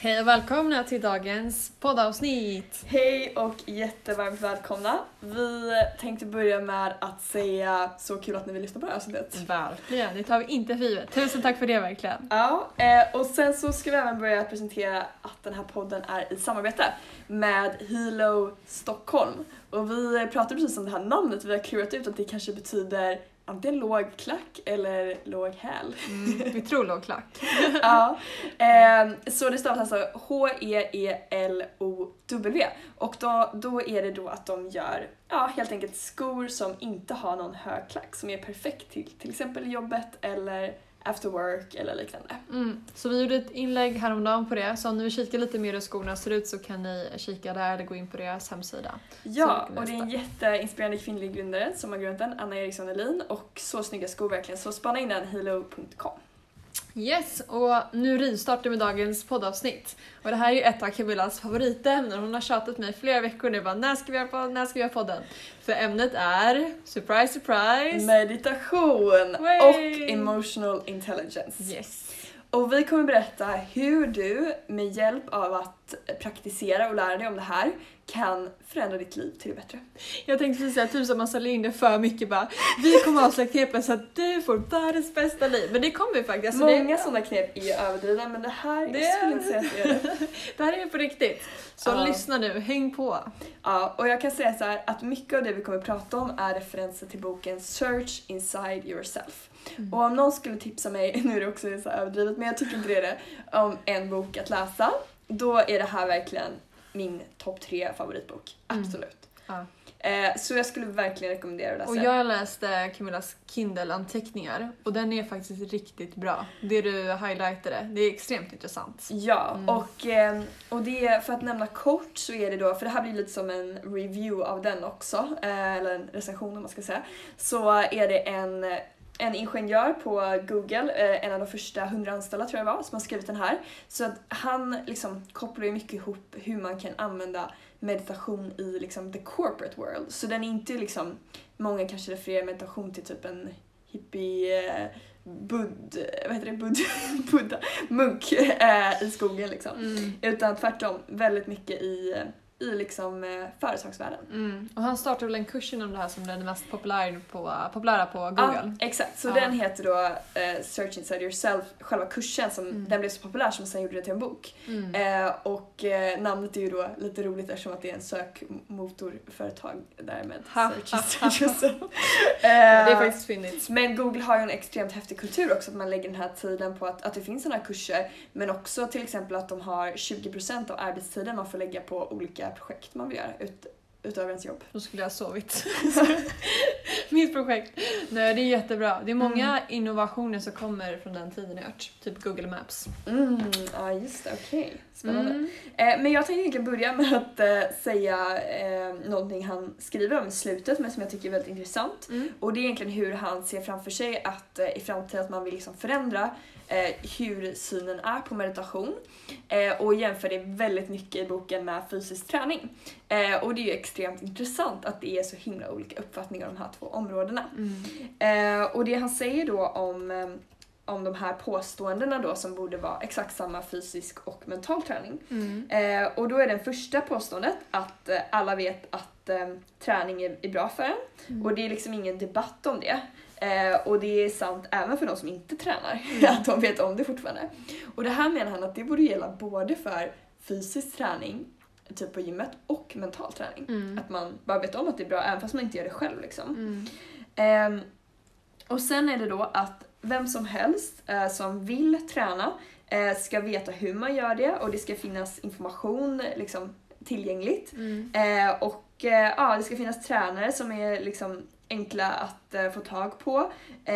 Hej och välkomna till dagens poddavsnitt! Hej och jättevarmt välkomna! Vi tänkte börja med att säga så kul att ni vill lyssna på det här avsnittet. Verkligen, det tar vi inte för givet. Tusen tack för det verkligen! Ja, och sen så ska vi även börja presentera att den här podden är i samarbete med Hilo Stockholm. Och vi pratade precis om det här namnet, vi har klurat ut att det kanske betyder antingen låg klack eller låg häl. Vi tror låg klack. Ja, så det stavas alltså H-E-E-L-O-W. Och då är det då att de gör helt enkelt skor som inte har någon hög klack, som är perfekt till exempel jobbet eller after work eller liknande. Så vi gjorde ett inlägg häromdagen på det, så om ni vill kika lite mer hur skorna ser ut så kan ni kika där eller gå in på deras hemsida. Ja, och det är en jätteinspirerande kvinnlig grundare som har grundat den, Anna Eriksson Elin, och så snygga skor verkligen, så spana in den, hilo.com. Yes, och nu rivstartar med dagens poddavsnitt. Och det här är ju ett av Camillas favoritämnen. Hon har tjatat mig flera veckor nu, bara när ska vi göra podden? För ämnet är, surprise surprise, meditation och emotional intelligence. Yes. Och vi kommer berätta hur du med hjälp av att praktisera och lära dig om det här kan förändra ditt liv till det bättre. Jag tänkte precis säga typ som man säljer in det för mycket bara. Vi kommer avslöja knepen så att du får världens bästa liv. Men det kommer vi faktiskt. Alltså många sådana knep är överdrivna, men det här jag skulle inte säga att det är det. Det här är på riktigt. Så lyssna nu, häng på. Ja, och jag kan säga så här att mycket av det vi kommer prata om är referenser till boken Search Inside Yourself. Och om någon skulle tipsa mig, nu är det också så överdrivet, men jag tycker inte det är det, om en bok att läsa, då är det här verkligen min topp 3 favoritbok. Absolut. Så jag skulle verkligen rekommendera att läsa. Och jag läste Camillas Kindle-anteckningar och den är faktiskt riktigt bra. Det du highlightade, det är extremt intressant. Ja, och det, för att nämna kort så är det då, för det här blir lite som en review av den också, eller en recension om man ska säga, så är det en ingenjör på Google, en av de första 100 anställda tror jag var, som har skrivit den här. Så att han liksom kopplar ju mycket ihop hur man kan använda meditation i liksom the corporate world. Så den är inte liksom, många kanske refererar meditation till typ en hippie Buddha munk i skogen liksom. Utan tvärtom väldigt mycket i liksom företagsvärlden. Och han startade väl en kurs inom det här som är den mest populära på Google. Ja, exakt. Så den heter då Search Inside Yourself, själva kursen, som den blev så populär som sen gjorde det till en bok. Och namnet är ju då lite roligt eftersom att det är en sökmotorföretag därmed. Search Inside Yourself. Det är faktiskt fyndigt. Men Google har ju en extremt häftig kultur också, att man lägger den här tiden på att det finns sådana här kurser, men också till exempel att de har 20% av arbetstiden man får lägga på olika projekt man vill göra utöver ens jobb. Då skulle jag ha sovit. Mitt projekt. Nej, det är jättebra. Det är många innovationer som kommer från den tiden jag hört. Typ Google Maps. Ja, just det. Okej. Spännande. Men jag tänkte egentligen börja med att säga någonting han skriver om i slutet, men som jag tycker är väldigt intressant. Och det är egentligen hur han ser framför sig att i framtiden att man vill liksom förändra hur synen är på meditation, och jämför det väldigt mycket i boken med fysisk träning. Och det är ju extremt intressant att det är så himla olika uppfattningar om de här två områdena. Och det han säger då om de här påståendena då, som borde vara exakt samma fysisk och mental träning. Och då är det första påståendet att alla vet att träning är bra för en. Och det är liksom ingen debatt om det. Och det är sant även för de som inte tränar, att de vet om det fortfarande. Och det här menar han att det borde gälla både för fysisk träning, typ på gymmet, och mental träning. Att man bara vet om att det är bra även fast man inte gör det själv liksom. Och sen är det då att vem som helst som vill träna ska veta hur man gör det, och det ska finnas information liksom tillgängligt. Och det ska finnas tränare som är liksom enkla att få tag på,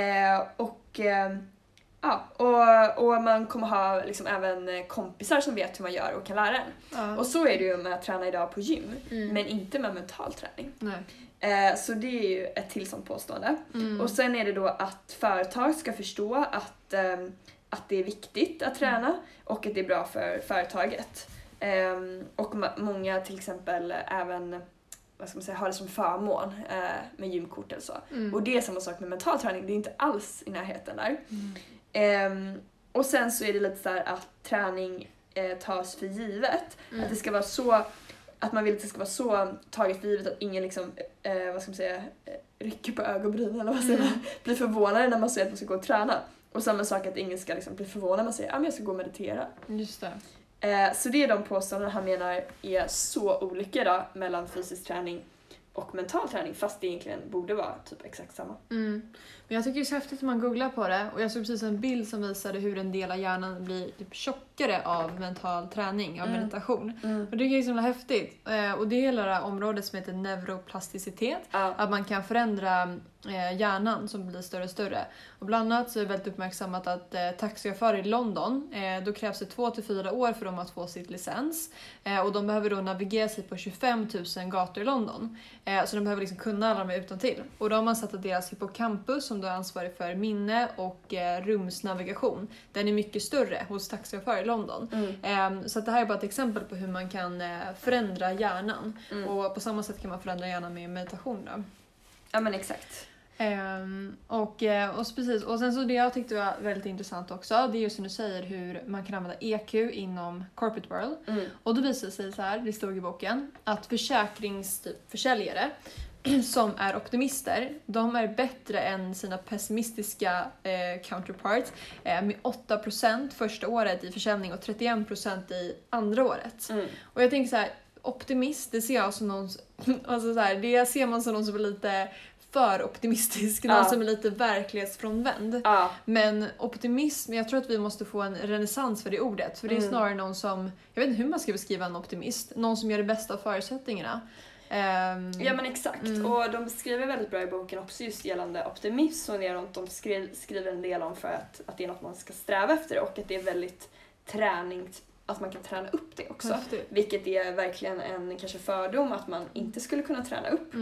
och man kommer ha liksom även kompisar som vet hur man gör och kan lära en. Och så är det ju med att träna idag på gym, men inte med mental träning. Så det är ju ett till sånt påstående. Och sen är det då att företag ska förstå att det är viktigt att träna och att det är bra för företaget. Och många till exempel även har det som förmån med gymkort eller så. Och det är samma sak med mental träning, det är inte alls i närheten där. Och sen så är det lite så här att träning tas för givet. Att det ska vara så, att man vill att det ska vara så taget för givet att ingen liksom, vad ska man säga, rycker på ögonbrynen eller vad säger man, blir förvånade när man säger att man ska gå och träna. Och samma sak att ingen ska liksom bli förvånad när man säger att jag ska gå och meditera. Just det. Så det är de påståenden han menar är så olika då, mellan fysisk träning och mental träning, fast det egentligen borde vara typ exakt samma. Men jag tycker det är så häftigt att man googlar på det, och jag såg precis en bild som visade hur en del av hjärnan blir typ tjockare av mental träning, av meditation. Och det är så himla häftigt. Och det är hela det här området som heter neuroplasticitet, att man kan förändra hjärnan som blir större och större. Och bland annat så är det väldigt uppmärksammat att taxichaufförer i London, då krävs det 2-4 år för dem att få sitt licens. Och de behöver då navigera sig på 25 000 gator i London. Så de behöver liksom kunna alla de här utantill. Och då har man satt att deras hippocampus, som då är ansvarig för minne och rumsnavigation, den är mycket större hos taxichaufförer i London. Så att det här är bara ett exempel på hur man kan förändra hjärnan. Och på samma sätt kan man förändra hjärnan med meditation då. Ja men exakt. Och precis. Och sen så det jag tyckte var väldigt intressant också, det är ju som du säger hur man kan använda EQ inom corporate world. Och då visar det sig så här, det stod i boken, att försäljare som är optimister, de är bättre än sina pessimistiska counterparts med 8% första året i försäljning och 31% i andra året. Och jag tänker så här, optimist, det ser jag som någon, alltså så här, det ser man som någon som är lite för optimistisk, någon som är lite verklighetsfrånvänd. Men optimism, jag tror att vi måste få en renässans för det ordet. För det är snarare någon som, jag vet inte hur man ska beskriva en optimist, någon som gör det bästa av förutsättningarna. Ja men exakt, och de beskriver väldigt bra i boken också just gällande optimism, och det är något de skriver en del om för att det är något man ska sträva efter, och att det är väldigt att man kan träna upp det också. Häftigt. Vilket är verkligen en kanske fördom att man inte skulle kunna träna upp.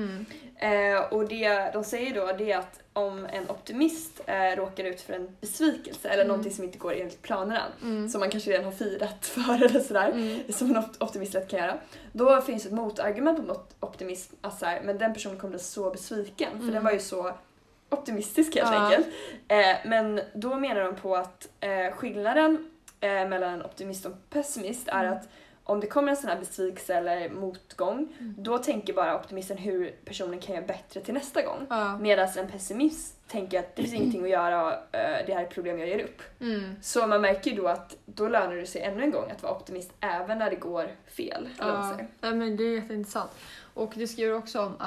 Och det de säger då, det är att om en optimist råkar ut för en besvikelse eller någonting som inte går enligt planerna, som man kanske redan har firat för eller sådär, som en optimist lätt kan göra, då finns ett motargument mot optimism, att så här, men den personen kommer bli så besviken, för den var ju så optimistisk helt enkelt. Men då menar de på att skillnaden mellan en optimist och en pessimist är att om det kommer en sån här besvikelse eller motgång, då tänker bara optimisten hur personen kan göra bättre till nästa gång. Medan en pessimist tänker att det finns ingenting att göra, det här är ett problem, jag ger upp. Så man märker ju då att då lönar det sig ännu en gång att vara optimist även när det går fel. Ja, men det är jätteintressant. Och det skriver också om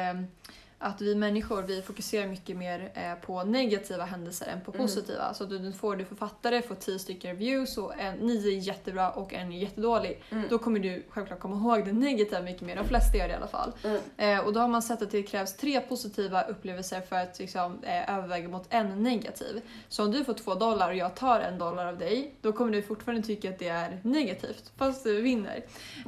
att vi människor, vi fokuserar mycket mer på negativa händelser än på positiva. Så du författare får 10 stycken reviews och 9 är jättebra och en är jättedålig. Då kommer du självklart komma ihåg det negativa mycket mer. De flesta gör det i alla fall. Och då har man sett att det krävs 3 positiva upplevelser för att liksom, överväga mot en negativ. Så om du får $2 och jag tar $1 av dig, då kommer du fortfarande tycka att det är negativt, fast du vinner.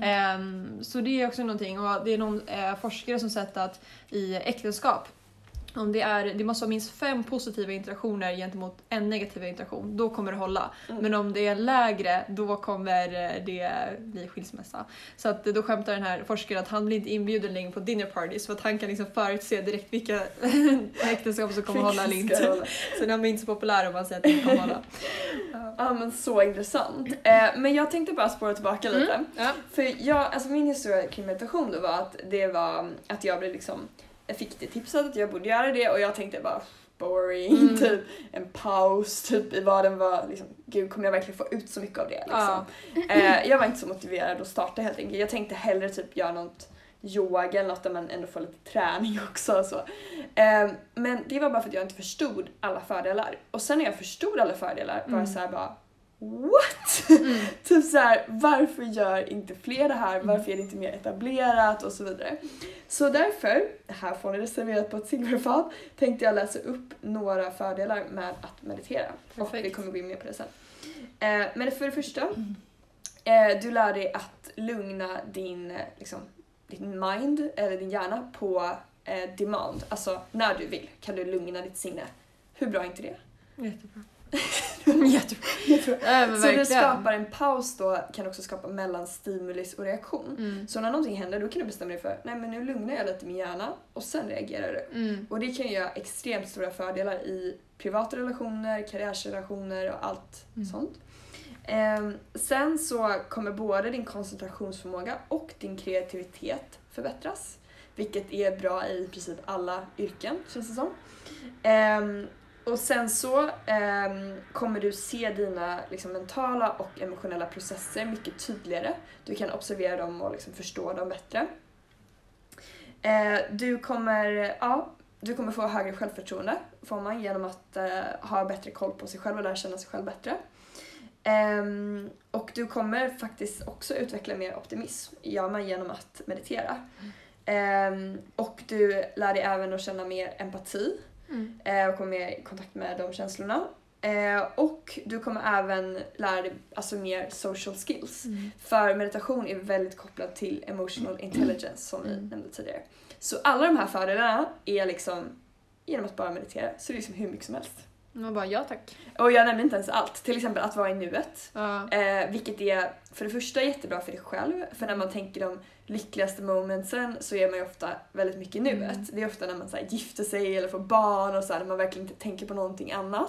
Så det är också någonting, och det är någon forskare som sett att i äktenskap, om det måste vara minst 5 positiva interaktioner gentemot en negativ interaktion, då kommer det hålla. Men om det är lägre, då kommer det bli skilsmässa. Så att då skämtar den här forskaren att han blir inte inbjuden längre på dinner parties, för att han kan liksom förutse direkt vilka äktenskap som kommer hålla eller inte. Så den blir inte så populär om man säger att det kommer hålla. Ja men så intressant. Men jag tänkte bara spåra tillbaka lite. För min historia kring meditation då var att jag blev liksom, jag fick det tipsat att jag borde göra det, och jag tänkte bara boring, typ en paus, typ i vad den var, liksom, gud kommer jag verkligen få ut så mycket av det liksom. Jag var inte så motiverad att starta helt enkelt. Jag tänkte hellre typ göra något yoga eller något där man ändå får lite träning också och så. Men det var bara för att jag inte förstod alla fördelar. Och sen när jag förstod alla fördelar var jag så här bara what? Typ så här, varför gör inte fler det här? Varför är det inte mer etablerat och så vidare? Så därför, här får ni reserverat på ett silverfat, tänkte jag läsa upp några fördelar med att meditera. Perfekt. Och vi kommer gå in mer på det sen. Men för det första, du lär dig att lugna din mind eller din hjärna på demand. Alltså när du vill kan du lugna ditt sinne. Hur bra är inte det? Jättebra. Jättebra. Så du skapar en paus då, kan också skapa mellan stimulus och reaktion. Så när någonting händer, då kan du bestämma dig för nej men nu lugnar jag lite min hjärna och sen reagerar du. Och det kan göra extremt stora fördelar i privata relationer, karriärsrelationer och allt sånt. Sen så kommer både din koncentrationsförmåga och din kreativitet förbättras. Vilket är bra i princip alla yrken, känns det som. Och sen så kommer du se dina liksom, mentala och emotionella processer mycket tydligare. Du kan observera dem och liksom, förstå dem bättre. Du kommer få högre självförtroende får man genom att ha bättre koll på sig själv och lära känna sig själv bättre. Och du kommer faktiskt också utveckla mer optimism gör man genom att meditera. Och du lär dig även att känna mer empati och kommer mer i kontakt med de känslorna. Och du kommer även lära dig alltså, mer social skills. För meditation är väldigt kopplad till emotional intelligence som vi nämnde tidigare. Så alla de här fördelarna är liksom genom att bara meditera så det är liksom hur mycket som helst. Man bara, ja tack. Och jag nämnde inte ens allt. Till exempel att vara i nuet. Vilket är för det första jättebra för dig själv. För när man tänker de lyckligaste momentsen så är man ju ofta väldigt mycket i nuet. Det är ofta när man så här, gifter sig eller får barn och så här, när man verkligen inte tänker på någonting annat.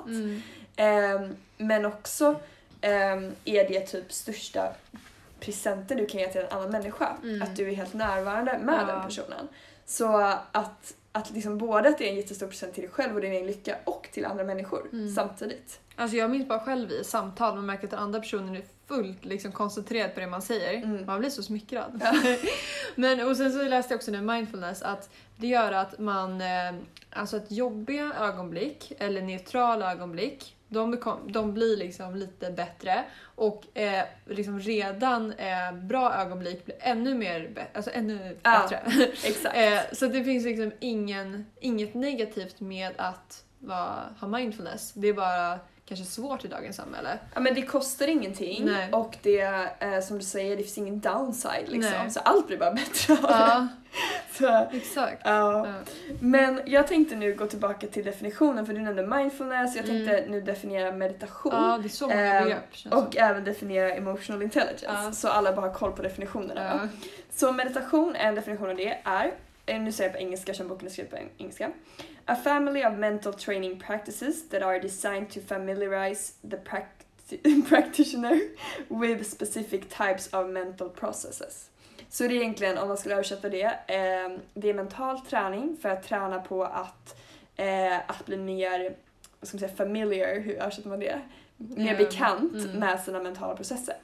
Men också är det typ största presenten du kan ge till en annan människa. Att du är helt närvarande med den personen. Så att liksom både att det är en jättestor present till dig själv och din egen lycka och till andra människor samtidigt. Alltså jag minns bara själv i samtal man märker att den andra personen är fullt liksom koncentrerad på det man säger. Man blir så smickrad. Ja. Men och sen så läste jag också nu mindfulness att det gör att man alltså ett jobbiga ögonblick eller neutrala ögonblick de blir liksom lite bättre och liksom redan bra ögonblick blir ännu mer ännu bättre. Exakt. Så det finns liksom inget negativt med att ha mindfulness. Det är bara kanske svårt i dagens samhälle. Ja, men det kostar ingenting. Nej. Och det som du säger, det finns ingen downside liksom. Nej. Så allt blir bara bättre av det. Så, exakt. Ja. Men jag tänkte nu gå tillbaka till definitionen för du nämnde mindfulness. Jag tänkte nu definiera meditation. Ja, det är så många begrepp. Och även definiera emotional intelligence. Så alla bara har koll på definitionerna. Så meditation, en definition av det är, nu säger jag på engelska som boken är skriven på engelska. A family of mental training practices that are designed to familiarize the practitioner with specific types of mental processes. Så det är egentligen, om man skulle översätta det är mental träning för att träna på att bli mer, vad ska man säga, familiar, hur översätter man det? Mer bekant med sina mentala processer.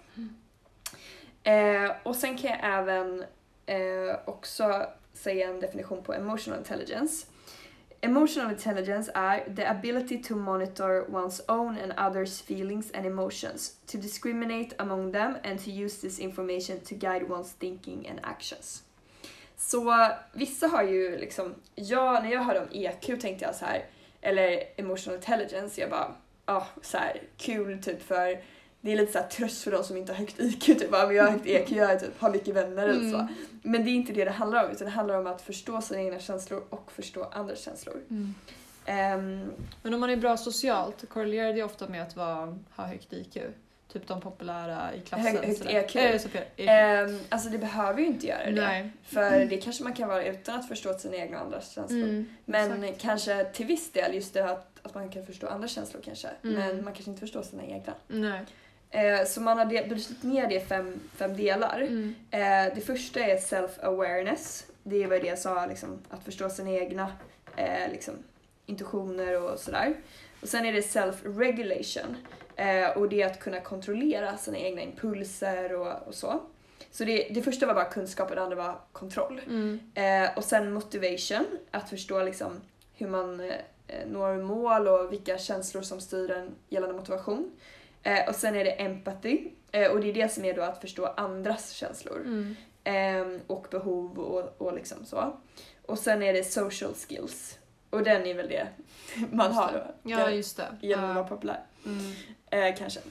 Och sen kan jag även också säga en definition på emotional intelligence. Emotional intelligence är the ability to monitor one's own and others' feelings and emotions, to discriminate among them and to use this information to guide one's thinking and actions. Så vissa har ju liksom, när jag hörde om EQ tänkte jag så här, eller emotional intelligence, jag bara, så här kul typ för det är lite så här tröst för de som inte har högt IQ typ, men jag har högt EQ, jag typ har mycket vänner eller så. Men det är inte det handlar om, utan det handlar om att förstå sina egna känslor och förstå andras känslor. Men om man är bra socialt korrelerar det ofta med att ha högt IQ. Typ de populära i klassen. Högt EQ. Alltså det behöver ju inte göra det. Nej. För det kanske man kan vara utan att förstå sina egna och andras känslor. Men exakt. Kanske till viss del just det att man kan förstå andras känslor kanske. Men man kanske inte förstår sina egna. Nej. Så man har brutit ner det i fem delar. Det första är self-awareness. Det är vad det sa, liksom, att förstå sina egna liksom, intuitioner och sådär. Och sen är det self-regulation. Och det är att kunna kontrollera sina egna impulser och så. Så det första var bara kunskap och det andra var kontroll. Och sen motivation. Att förstå liksom, hur man når mål och vilka känslor som styr en gällande motivation. Och sen är det empathy. Och det är det som är då att förstå andras känslor. Och behov och liksom så. Och sen är det social skills. Och den är väl det man har då. Ja, just det. Genom att vara populär. Kanske.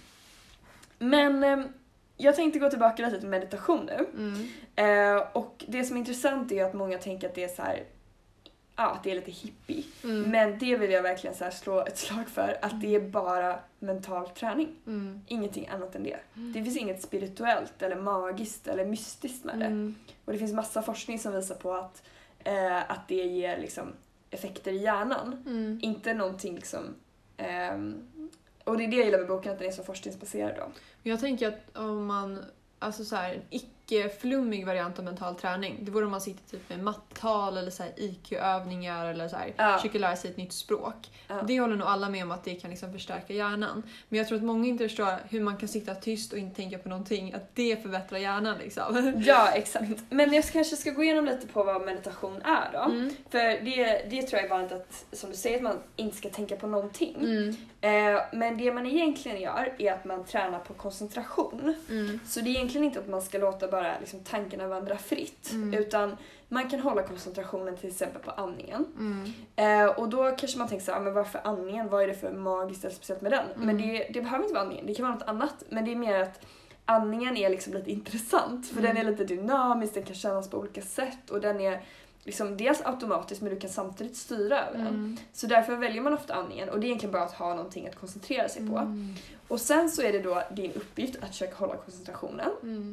Men jag tänkte gå tillbaka lite till meditation nu. Och det som är intressant är att många tänker att det är så här, att det är lite hippie. Men det vill jag verkligen så här slå ett slag för. Att det är bara mental träning. Ingenting annat än det. Det finns inget spirituellt eller magiskt eller mystiskt med det. Och det finns massa forskning som visar på att det ger liksom effekter i hjärnan. Inte någonting liksom Och det är det jag gillar med boken, att den är så forskningsbaserad då. Jag tänker att om man, alltså så här, en icke-flummig variant av mental träning, det vore om man sitter typ med mattal eller så här IQ-övningar eller så här, försöker lära sig ett nytt språk. Det håller nog alla med om att det kan liksom förstärka hjärnan. Men jag tror att många inte förstår hur man kan sitta tyst och inte tänka på någonting, att det förbättrar hjärnan liksom. Ja, exakt. Men jag kanske ska gå igenom lite på vad meditation är då. För det tror jag är vanligt att, som du säger, att man inte ska tänka på någonting. Men det man egentligen gör är att man tränar på koncentration. Så det är egentligen inte att man ska låta bara liksom tankarna vandra fritt, utan man kan hålla koncentrationen till exempel på andningen. Och då kanske man tänker så här, men varför andningen? Vad är det för magiskt eller speciellt med den? Men det behöver inte vara andningen, det kan vara något annat. Men det är mer att andningen är liksom lite intressant, för den är lite dynamisk, den kan kännas på olika sätt och den är liksom dels automatisk, men du kan samtidigt styra över den. Så därför väljer man ofta andningen, och det är egentligen bara att ha någonting att koncentrera sig på. Och sen så är det då din uppgift att försöka hålla koncentrationen.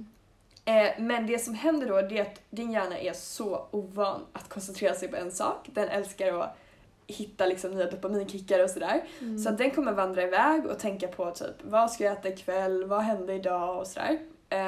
Men det som händer då är att din hjärna är så ovan att koncentrera sig på en sak. Den älskar att hitta liksom nya dopaminkickar och sådär. Så att den kommer vandra iväg och tänka på typ, vad ska jag äta ikväll, vad hände idag och sådär.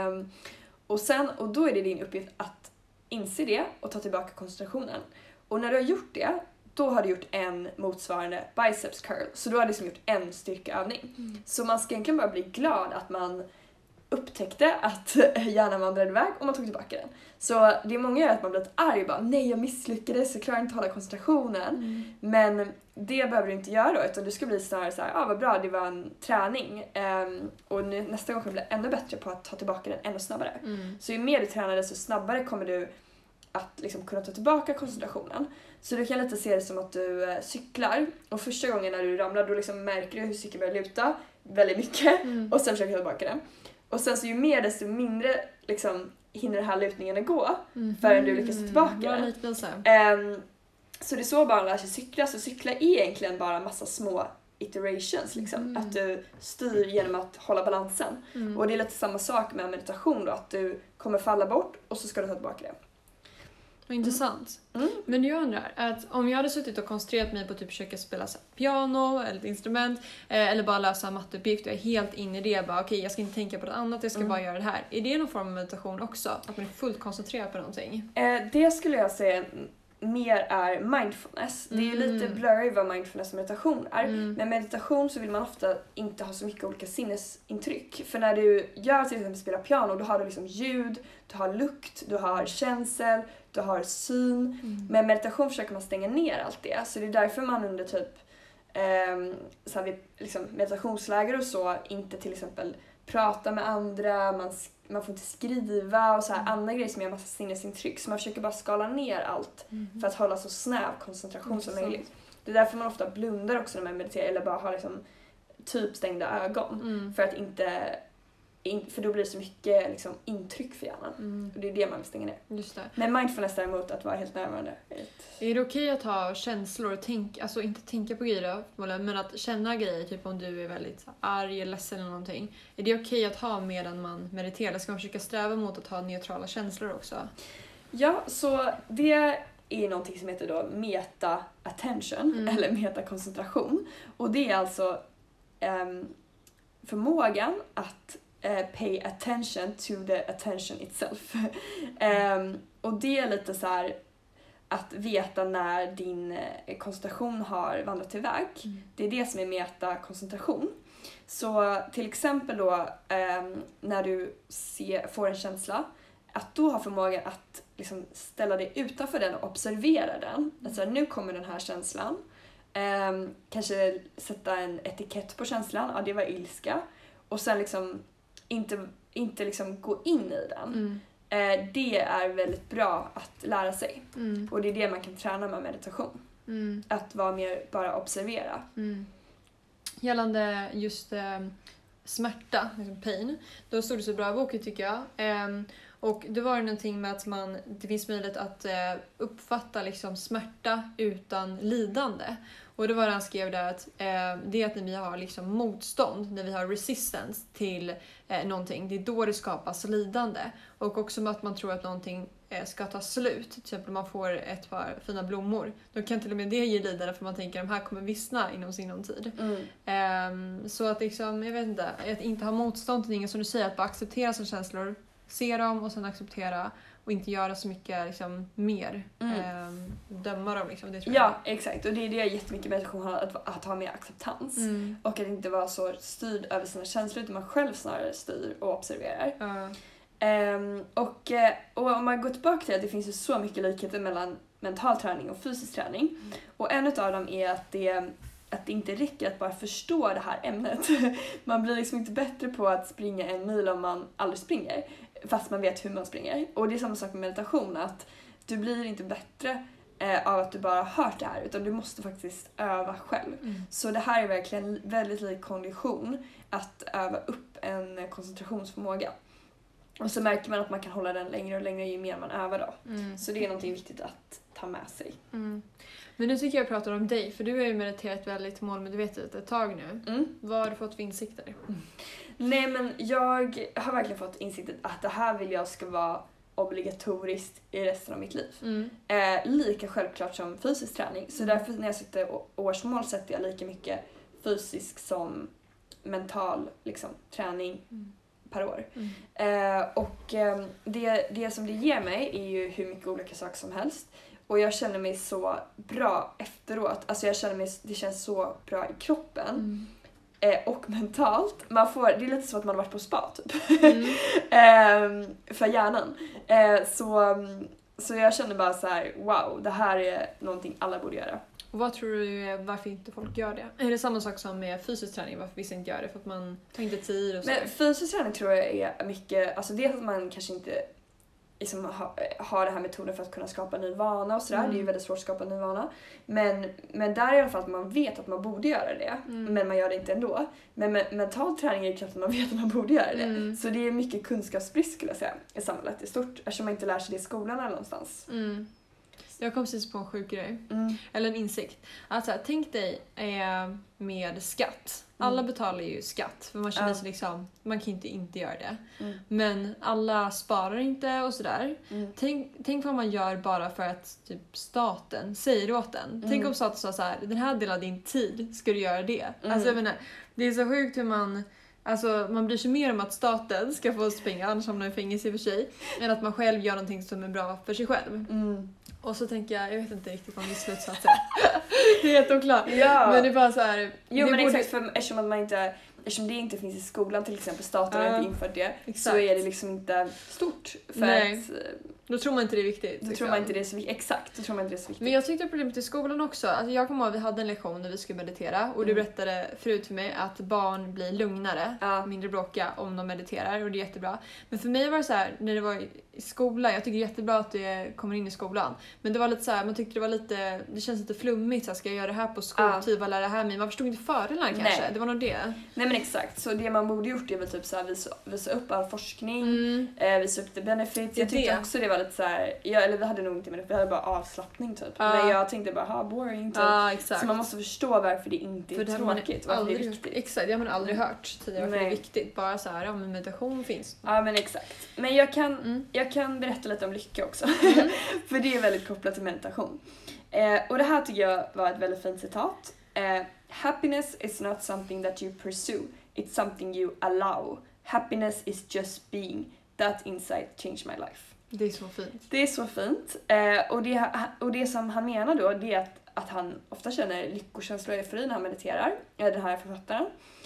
Och då är det din uppgift att inse det och ta tillbaka koncentrationen. Och när du har gjort det, då har du gjort en motsvarande biceps curl. Så då har du liksom gjort en styrkeövning. Så man ska egentligen bara bli glad att man upptäckte att hjärnan vandrade iväg och man tog tillbaka den. Så det många gör att man blir lite arg och bara, nej jag misslyckades, jag klarar inte att hålla koncentrationen. Men det behöver du inte göra då, utan du ska bli snarare så här, vad bra, det var en träning. Och nästa gång kommer du bli ännu bättre på att ta tillbaka den ännu snabbare. Så ju mer du tränar, desto snabbare kommer du att liksom kunna ta tillbaka koncentrationen. Så du kan lite se det som att du cyklar, och första gången när du ramlar, då liksom märker du hur cykeln börjar luta väldigt mycket, och sen försöker du ta tillbaka den. Och sen så ju mer desto mindre liksom hinner den här lutningen att gå förrän du lyckas ta tillbaka den. Så det är så bara lär sig cykla. Så cykla är egentligen bara massa små iterations liksom. Att du styr genom att hålla balansen. Och det är lite samma sak med meditation då, att du kommer falla bort och så ska du ta tillbaka det. Vad intressant. Men jag undrar, att om jag hade suttit och koncentrerat mig på att typ försöka spela så piano eller ett instrument, eller bara lösa en matteuppgift, jag är helt inne i det, bara okej, jag ska inte tänka på något annat, jag ska bara göra det här. Är det någon form av meditation också? Att man är fullt koncentrerad på någonting? Det skulle jag säga mer är mindfulness. Det är lite blurry vad mindfulness och meditation är. Men meditation så vill man ofta inte ha så mycket olika sinnesintryck. För när du gör till exempel spelar piano, då har du liksom ljud, du har lukt, du har känsel, du har syn. Med meditation försöker man stänga ner allt det. Så det är därför man under typ så här, liksom meditationsläger och så inte till exempel prata med andra, man får inte skriva och så här andra grejer som ger massa sinnesintryck. Så man försöker bara skala ner allt för att hålla så snäv koncentration som möjligt. Det är därför man ofta blundar också när man mediterar, eller bara har liksom typ stängda ögon. För att för då blir det så mycket liksom intryck för hjärnan. Och det är det man vill stänga ner. Just det. Men mindfulness däremot, att vara helt närvarande. Är det okej att ha känslor och alltså inte tänka på grejer men att känna grejer, typ om du är väldigt arg eller ledsen eller någonting. Är det okej att ha medan man mediterar? Eller ska man försöka sträva mot att ha neutrala känslor också? Ja, så det är någonting som heter då meta-attention eller meta-koncentration. Och det är alltså förmågan att pay attention to the attention itself. Och det är lite så här att veta när din koncentration har vandrat iväg. Det är det som är metakoncentration. Så till exempel då när du får en känsla, att då ha förmågan att liksom ställa dig utanför den och observera den. Alltså nu kommer den här känslan. Kanske sätta en etikett på känslan. Ja, det var ilska. Och sen liksom inte liksom gå in i den. Det är väldigt bra att lära sig. Och det är det man kan träna med meditation. Att vara mer bara observera. Gällande just smärta, liksom pain, då stod det så bra i boken tycker jag. Och det var någonting med att det finns möjlighet att uppfatta liksom smärta utan lidande. Och det var han skrev där att det är att när vi har liksom motstånd, när vi har resistance till någonting, det är då det skapas lidande. Och också att man tror att någonting ska ta slut. Till exempel om man får ett par fina blommor. Då kan till och med det ge lidande för man tänker att de här kommer vissna inom sinom tid. Så att liksom, jag vet inte, att inte ha motstånd till dingen som du säger, att bara acceptera sina känslor, se dem och sen acceptera och inte göra så mycket liksom, mer. Döma dem liksom, det tror jag. Ja, exakt. Och det är det jättemycket meditation har, att ha mer acceptans. Och att inte vara så styrd över sina känslor utan man själv snarare styr och observerar. Och om man går tillbaka till att det finns ju så mycket likheter mellan mental träning och fysisk träning. Och en av dem är att det inte räcker att bara förstå det här ämnet. Man blir liksom inte bättre på att springa 1 mil om man aldrig springer. Fast man vet hur man springer. Och det är samma sak med meditation. Att du blir inte bättre av att du bara har hört det här. Utan du måste faktiskt öva själv. Så det här är verkligen väldigt lik kondition. Att öva upp en koncentrationsförmåga. Och så märker man att man kan hålla den längre och längre ju mer man övar då. Så det är någonting viktigt att ta med sig. Men nu tycker jag pratar om dig, för du har ju mediterat väldigt målmedvetet ett tag nu. Vad har du fått för insikter? Nej, men jag har verkligen fått insikten att det här vill jag ska vara obligatoriskt i resten av mitt liv. Lika självklart som fysisk träning. Så därför när jag sätter årsmål sätter jag lika mycket fysisk som mental liksom, träning per år. Det som det ger mig är ju hur mycket olika saker som helst. Och jag känner mig så bra efteråt. Alltså det känns så bra i kroppen. Och mentalt. Det är lite som att man har varit på spa typ. För hjärnan. Så jag känner bara så här: wow, det här är någonting alla borde göra. Och vad tror du varför inte folk gör det? Är det samma sak som med fysisk träning? Varför vissa inte gör det? För att man tar inte tid och så? Men fysisk träning tror jag är mycket, alltså det är att man kanske inte liksom har den här metoden för att kunna skapa en ny vana och sådär. Det är ju väldigt svårt att skapa en ny vana. Men där är i alla fall att man vet att man borde göra det. Men man gör det inte ändå. Men mental träning är ju klart att man vet att man borde göra det. Så det är mycket kunskapsbrist skulle jag säga i samhället i stort. Eftersom man inte lär sig det i skolan eller någonstans. Jag kom precis på en sjuk grej. Eller en insikt. Alltså, tänk dig med skatt. Alla betalar ju skatt. För man känner sig liksom, man kan inte göra det. Men alla sparar inte och sådär. Tänk vad man gör bara för att typ staten säger åt en. Tänk om staten sa så här: den här delen av din tid ska du göra det. Alltså jag menar, det är så sjukt hur man bryr sig mer om att staten ska få pengar, annars hamnar man i fängelse i och för sig, än att man själv gör någonting som är bra för sig själv. Och så tänker jag vet inte riktigt vad min slutsats är. Det är helt oklart. Ja. Men det är bara så här. Jo, men exakt, för eftersom det inte finns i skolan till exempel, staten har inte infört det, exakt. Så är det liksom inte stort. För då tror man inte det är viktigt. Då tror man inte det är så viktigt. Exakt, då tror man inte det är så viktigt. Men jag tyckte problemet i skolan också. Alltså jag kommer ihåg att vi hade en lektion där vi skulle meditera. Och du berättade förut för mig att barn blir lugnare, mindre bråkiga om de mediterar. Och det är jättebra. Men för mig var det så här, när det var i skolan, jag tycker det är jättebra att det kommer in i skolan. Men det var lite så här, man tyckte det var lite, det känns lite flummigt. Så här, ska jag göra det här på skoltid? Vad lär det här mig? Man förstod inte fördelarna kanske. Nej. Det var nog det. Nej men exakt, så det man borde gjort är väl typ så här, visa upp all forskning, visa upp the benefits. Jag tyckte också det var lite så här, eller vi hade nog inte, men vi hade bara avslappning typ. Men jag tänkte bara, boring typ. Exakt. Så man måste förstå varför det inte är tråkigt, varför det är viktigt. Exakt, det har man aldrig hört tidigare varför det är viktigt. Bara så här, men meditation finns. Ja men exakt. Men jag kan berätta lite om lycka också. För det är väldigt kopplat till meditation. Och det här tycker jag var ett väldigt fint citat. Happiness is not something that you pursue. It's something you allow. Happiness is just being. That insight changed my life. Det är så fint. Det är så fint. Och det som han menar då, det är att han ofta känner lyckokänsla och eufori när han mediterar. Den här författaren.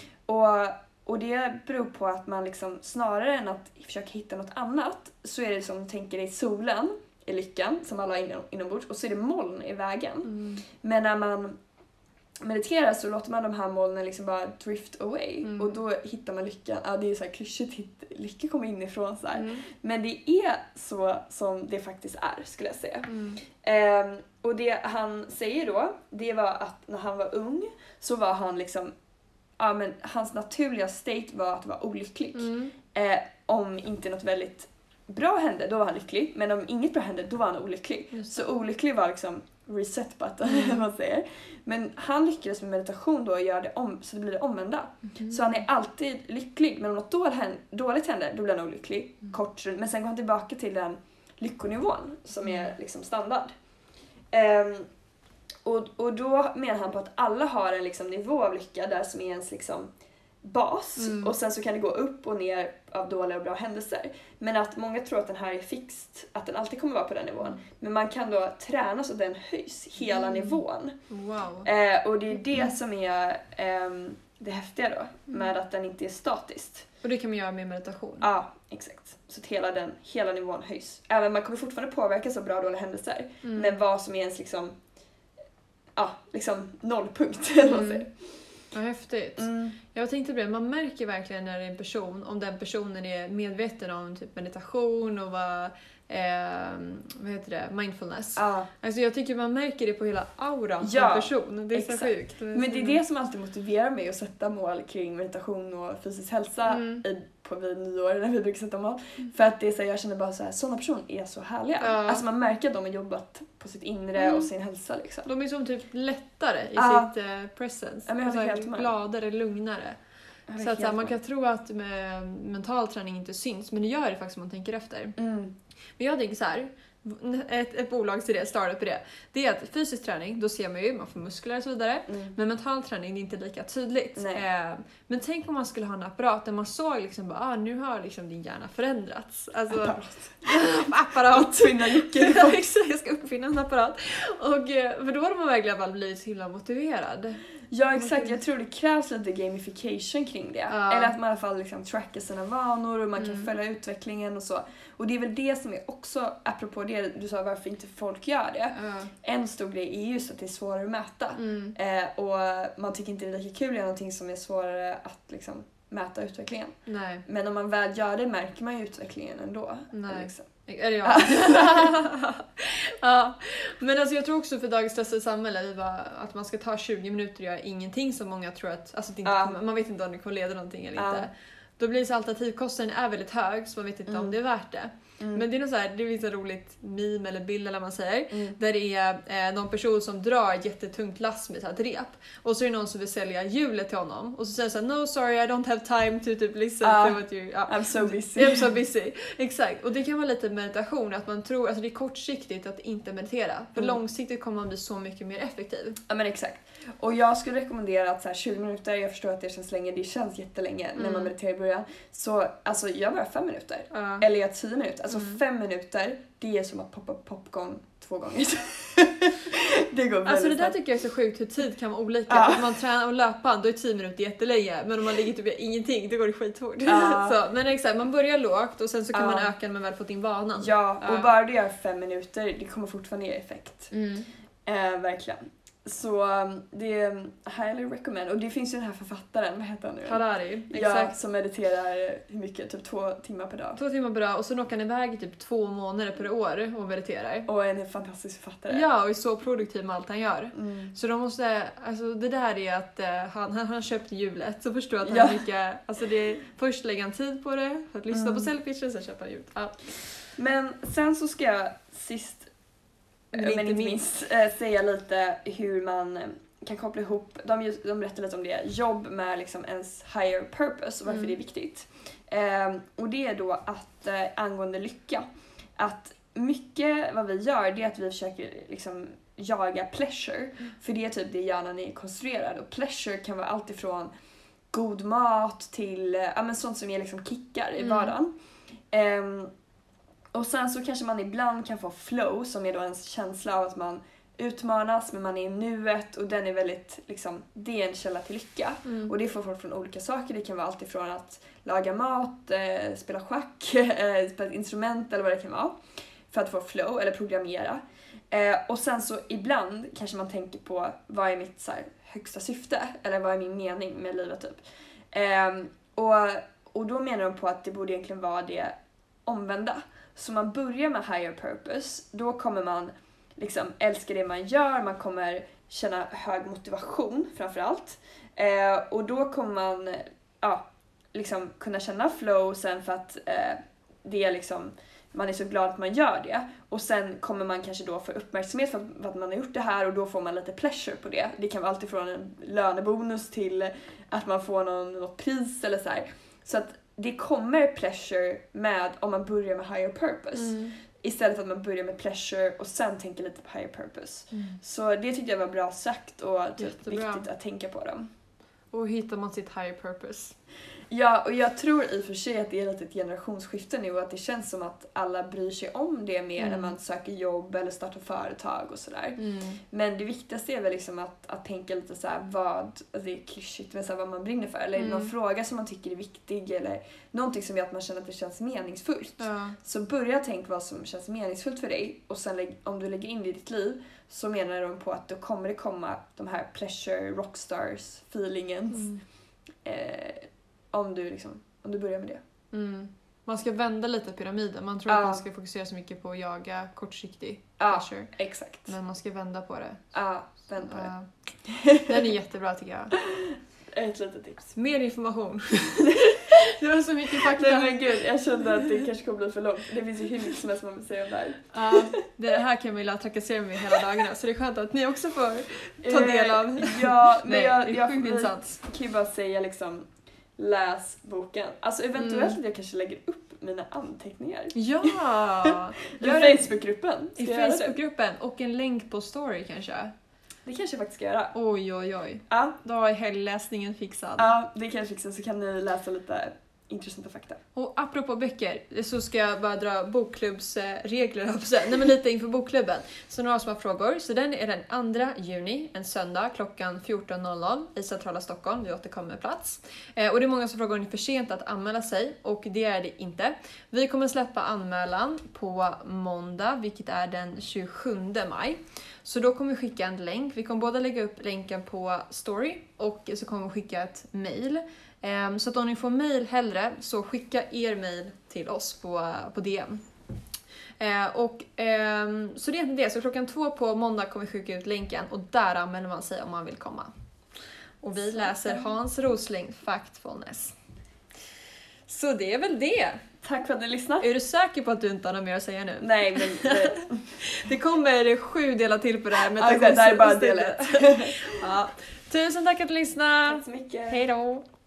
Och det beror på att man liksom, snarare än att försöka hitta något annat, så är det som tänker i solen, i lyckan, som alla har inombords, och så är det moln i vägen. Men när man mediterar så låter man de här molnen liksom bara drift away. Och då hittar man lyckan. Det är så här klyschigt, lycka kommer inifrån så här. Men det är så som det faktiskt är, skulle jag säga. Och det han säger då, det var att när han var ung så var han liksom, men hans naturliga state var att vara olycklig. Om inte något väldigt bra hände, då var han lycklig. Men om inget bra hände, då var han olycklig. Så olycklig var liksom reset button, man säger. Men han lyckades med meditation då och göra det så det blir det omvända. Så han är alltid lycklig, men om något dåligt händer, då blir han olycklig. Kort, men sen går han tillbaka till den lyckonivån som är liksom standard. Och då menar han på att alla har en liksom nivå av lycka där som är ens liksom bas. Och sen så kan det gå upp och ner av dåliga och bra händelser. Men att många tror att den här är fixt, att den alltid kommer vara på den nivån. Men man kan då träna så att den höjs hela nivån. Wow. Och det är det som är det häftiga då, med att den inte är statiskt. Och det kan man göra med meditation? Ja, exakt. Så att hela nivån höjs. Även man kommer fortfarande påverkas av bra och dåliga händelser. Men vad som är ens liksom nollpunkt. Vad häftigt. Jag tänkte på det, man märker verkligen när det är en person, om den personen är medveten om typ meditation och vad heter det? Mindfulness. Alltså jag tycker man märker det på hela auran på en person. Det är exakt. Så sjukt. Men det är det som alltid motiverar mig att sätta mål kring meditation och fysisk hälsa vid nyår när vi brukar sätta mål. För att det är så jag känner bara sådana personer är så härliga. Alltså man märker att de har jobbat på sitt inre och sin hälsa liksom. De är som typ lättare i sitt presence. Ja, men alltså, gladare, lugnare. Så att man kan tro att med mental träning inte syns, men det gör det faktiskt om man tänker efter. Men jag tänker så här, ett bolags idé, startup idé, det är att fysisk träning, då ser man ju, man får muskler och så vidare. Men mental träning, det är inte lika tydligt. Men tänk om man skulle ha en apparat där man såg liksom bara, nu har liksom din hjärna förändrats. Alltså, apparat. Jag ska uppfinna en apparat. Och för då har man verkligen blivit så himla motiverad. Ja, exakt. Jag tror det krävs lite gamification kring det. Eller att man i alla fall liksom trackar sina vanor och man kan följa utvecklingen och så. Och det är väl det som är också, apropå det du sa, varför inte folk gör det. En stor grej är just att det är svårare att mäta. Och man tycker inte det är lika kul att göra någonting som är svårare att liksom mäta utvecklingen. Nej. Men om man väl gör det märker man ju utvecklingen ändå. Nej. Liksom. Eller ja. Ja. Men alltså jag tror också för dagens stressade samhälle att man ska ta 20 minuter och göra ingenting som många tror att alltså, det inte kommer, man vet inte om det kommer leda någonting eller inte. Då blir så alternativkostnaden är väldigt hög så man vet inte om det är värt det. Men det är något så här, det finns en roligt meme eller bild eller vad man säger där det är någon person som drar ett jättetungt lass med ett rep och så är det någon som vill sälja hjulet till honom och så säger så här, no sorry I don't have time to typ listen to what you I'm so busy. I'm so busy. Exakt. Och det kan vara lite meditation att man tror, alltså det är kortsiktigt att inte meditera för långsiktigt kommer man bli så mycket mer effektiv. Ja men exakt. Och jag skulle rekommendera att så här 20 minuter, jag förstår att det känns länge, det känns jättelänge när man mediterar i början. Så alltså jag bara 5 minuter. Eller jag 10 minuter. Alltså 5 minuter, det är som att poppa popcorn 2 gånger. Det går väldigt alltså det där snabbt. tycker jag är så sjukt hur tid kan vara olika. Om man tränar och löpa, då är 10 minuter jättelänge. Men om man ligger typ och ingenting, då går det skitfort. Så, men exakt, man börjar lågt och sen så kan man öka när man väl fått in vanan. Ja, och bara du gör 5 minuter, det kommer fortfarande ge effekt. Verkligen. Så det är highly recommend. Och det finns ju den här författaren, vad heter han nu? Harari, exakt. Som mediterar hur mycket? Typ 2 timmar per dag. 2 timmar per dag och så åker han iväg typ 2 månader per år och mediterar. Och en fantastisk författare. Ja, och är så produktiv med allt han gör. Så de måste, alltså det där är att han har köpt hjulet så förstår att han är mycket, alltså det är först lägga en tid på det för att lyssna på selfie och sen köpa hjulet. Men sen så ska jag sist men inte minst säga lite hur man kan koppla ihop, de berättar lite om det, jobb med liksom ens higher purpose och varför det är viktigt. Och det är då att angående lycka, att mycket vad vi gör det är att vi försöker liksom jaga pleasure, för det är typ det hjärnan är konstruerad, och pleasure kan vara allt ifrån god mat till men sånt som är liksom kickar i vardagen. Och sen så kanske man ibland kan få flow som är då en känsla av att man utmanas men man är i nuet och den är väldigt liksom, det är en källa till lycka. Och det får folk från olika saker. Det kan vara allt ifrån att laga mat, spela schack, spela ett instrument eller vad det kan vara för att få flow eller programmera. Och sen så ibland kanske man tänker på vad är mitt så här, högsta syfte eller vad är min mening med livet typ. Och då menar de på att det borde egentligen vara det omvända. Så man börjar med higher purpose, då kommer man liksom älska det man gör, man kommer känna hög motivation framförallt. Och då kommer man liksom kunna känna flow sen för att det är liksom, man är så glad att man gör det. Och sen kommer man kanske då få uppmärksamhet för att man har gjort det här och då får man lite pleasure på det. Det kan vara alltid från en lönebonus till att man får något pris eller så här. Så att det kommer pleasure med om man börjar med higher purpose. Istället för att man börjar med pleasure och sen tänker lite på higher purpose. Så det tyckte jag var bra sagt och viktigt att tänka på dem. Och hittar man sitt higher purpose? Ja, och jag tror i och för sig att det är lite ett generationsskifte nu och att det känns som att alla bryr sig om det mer när man söker jobb eller startar företag och sådär. Men det viktigaste är väl liksom att tänka lite så här alltså det är klyschigt, men så här vad man brinner för. Eller någon fråga som man tycker är viktig eller någonting som gör att man känner att det känns meningsfullt. Ja. Så börja tänka vad som känns meningsfullt för dig och sen om du lägger in det i ditt liv så menar de på att då kommer det komma de här pleasure, rockstars, feelingens. Om du börjar med det. Man ska vända lite pyramiden. Man tror att man ska fokusera så mycket på att jaga kortsiktig pleasure. Exakt. Men man ska vända på det. Ja, vänd på det. Den är jättebra tycker jag. Ett litet tips. Mer information. Det var så mycket fakta. Nej men gud, jag kände att det kanske kommer bli för långt. Det finns ju hur mycket som helst man vill säga om det här. Ja, det här kan Camilla trakassera mig hela dagarna. Så det är skönt att ni också får ta del av. Ja, men Nej, jag kan ju bara säga liksom läs boken. Alltså eventuellt att jag kanske lägger upp mina anteckningar. Ja! I Facebookgruppen. I Facebookgruppen och en länk på story kanske. Det kanske jag faktiskt ska göra. Oj. Ja. Då har helgläsningen fixad. Ja, det kan jag fixa så kan ni läsa lite intressanta fakta. Och apropå böcker så ska jag bara dra bokklubbsregler. Nej men lite inför bokklubben. Så några som har frågor. Så den är den 2 juni, en söndag klockan 14.00 i centrala Stockholm. Vi återkommer plats. Och det är många som frågar om det är för sent att anmäla sig. Och det är det inte. Vi kommer släppa anmälan på måndag, vilket är den 27 maj. Så då kommer vi skicka en länk. Vi kommer både lägga upp länken på story och så kommer vi skicka ett mail. Så att om ni får mail hellre så skicka er mail till oss på DM. Så det är inte det. Så klockan 2 på måndag kommer vi skicka ut länken och där anmäler man sig om man vill komma. Och vi läser Hans Rosling Factfulness. Så det är väl det. Tack för att ni lyssnade. Är du säker på att du inte har något mer att säga nu? Nej, men det kommer 7 delar till på det här. Det här är bara del 1. Ja. Tusen tack att du lyssnade. Tack så mycket. Hej då.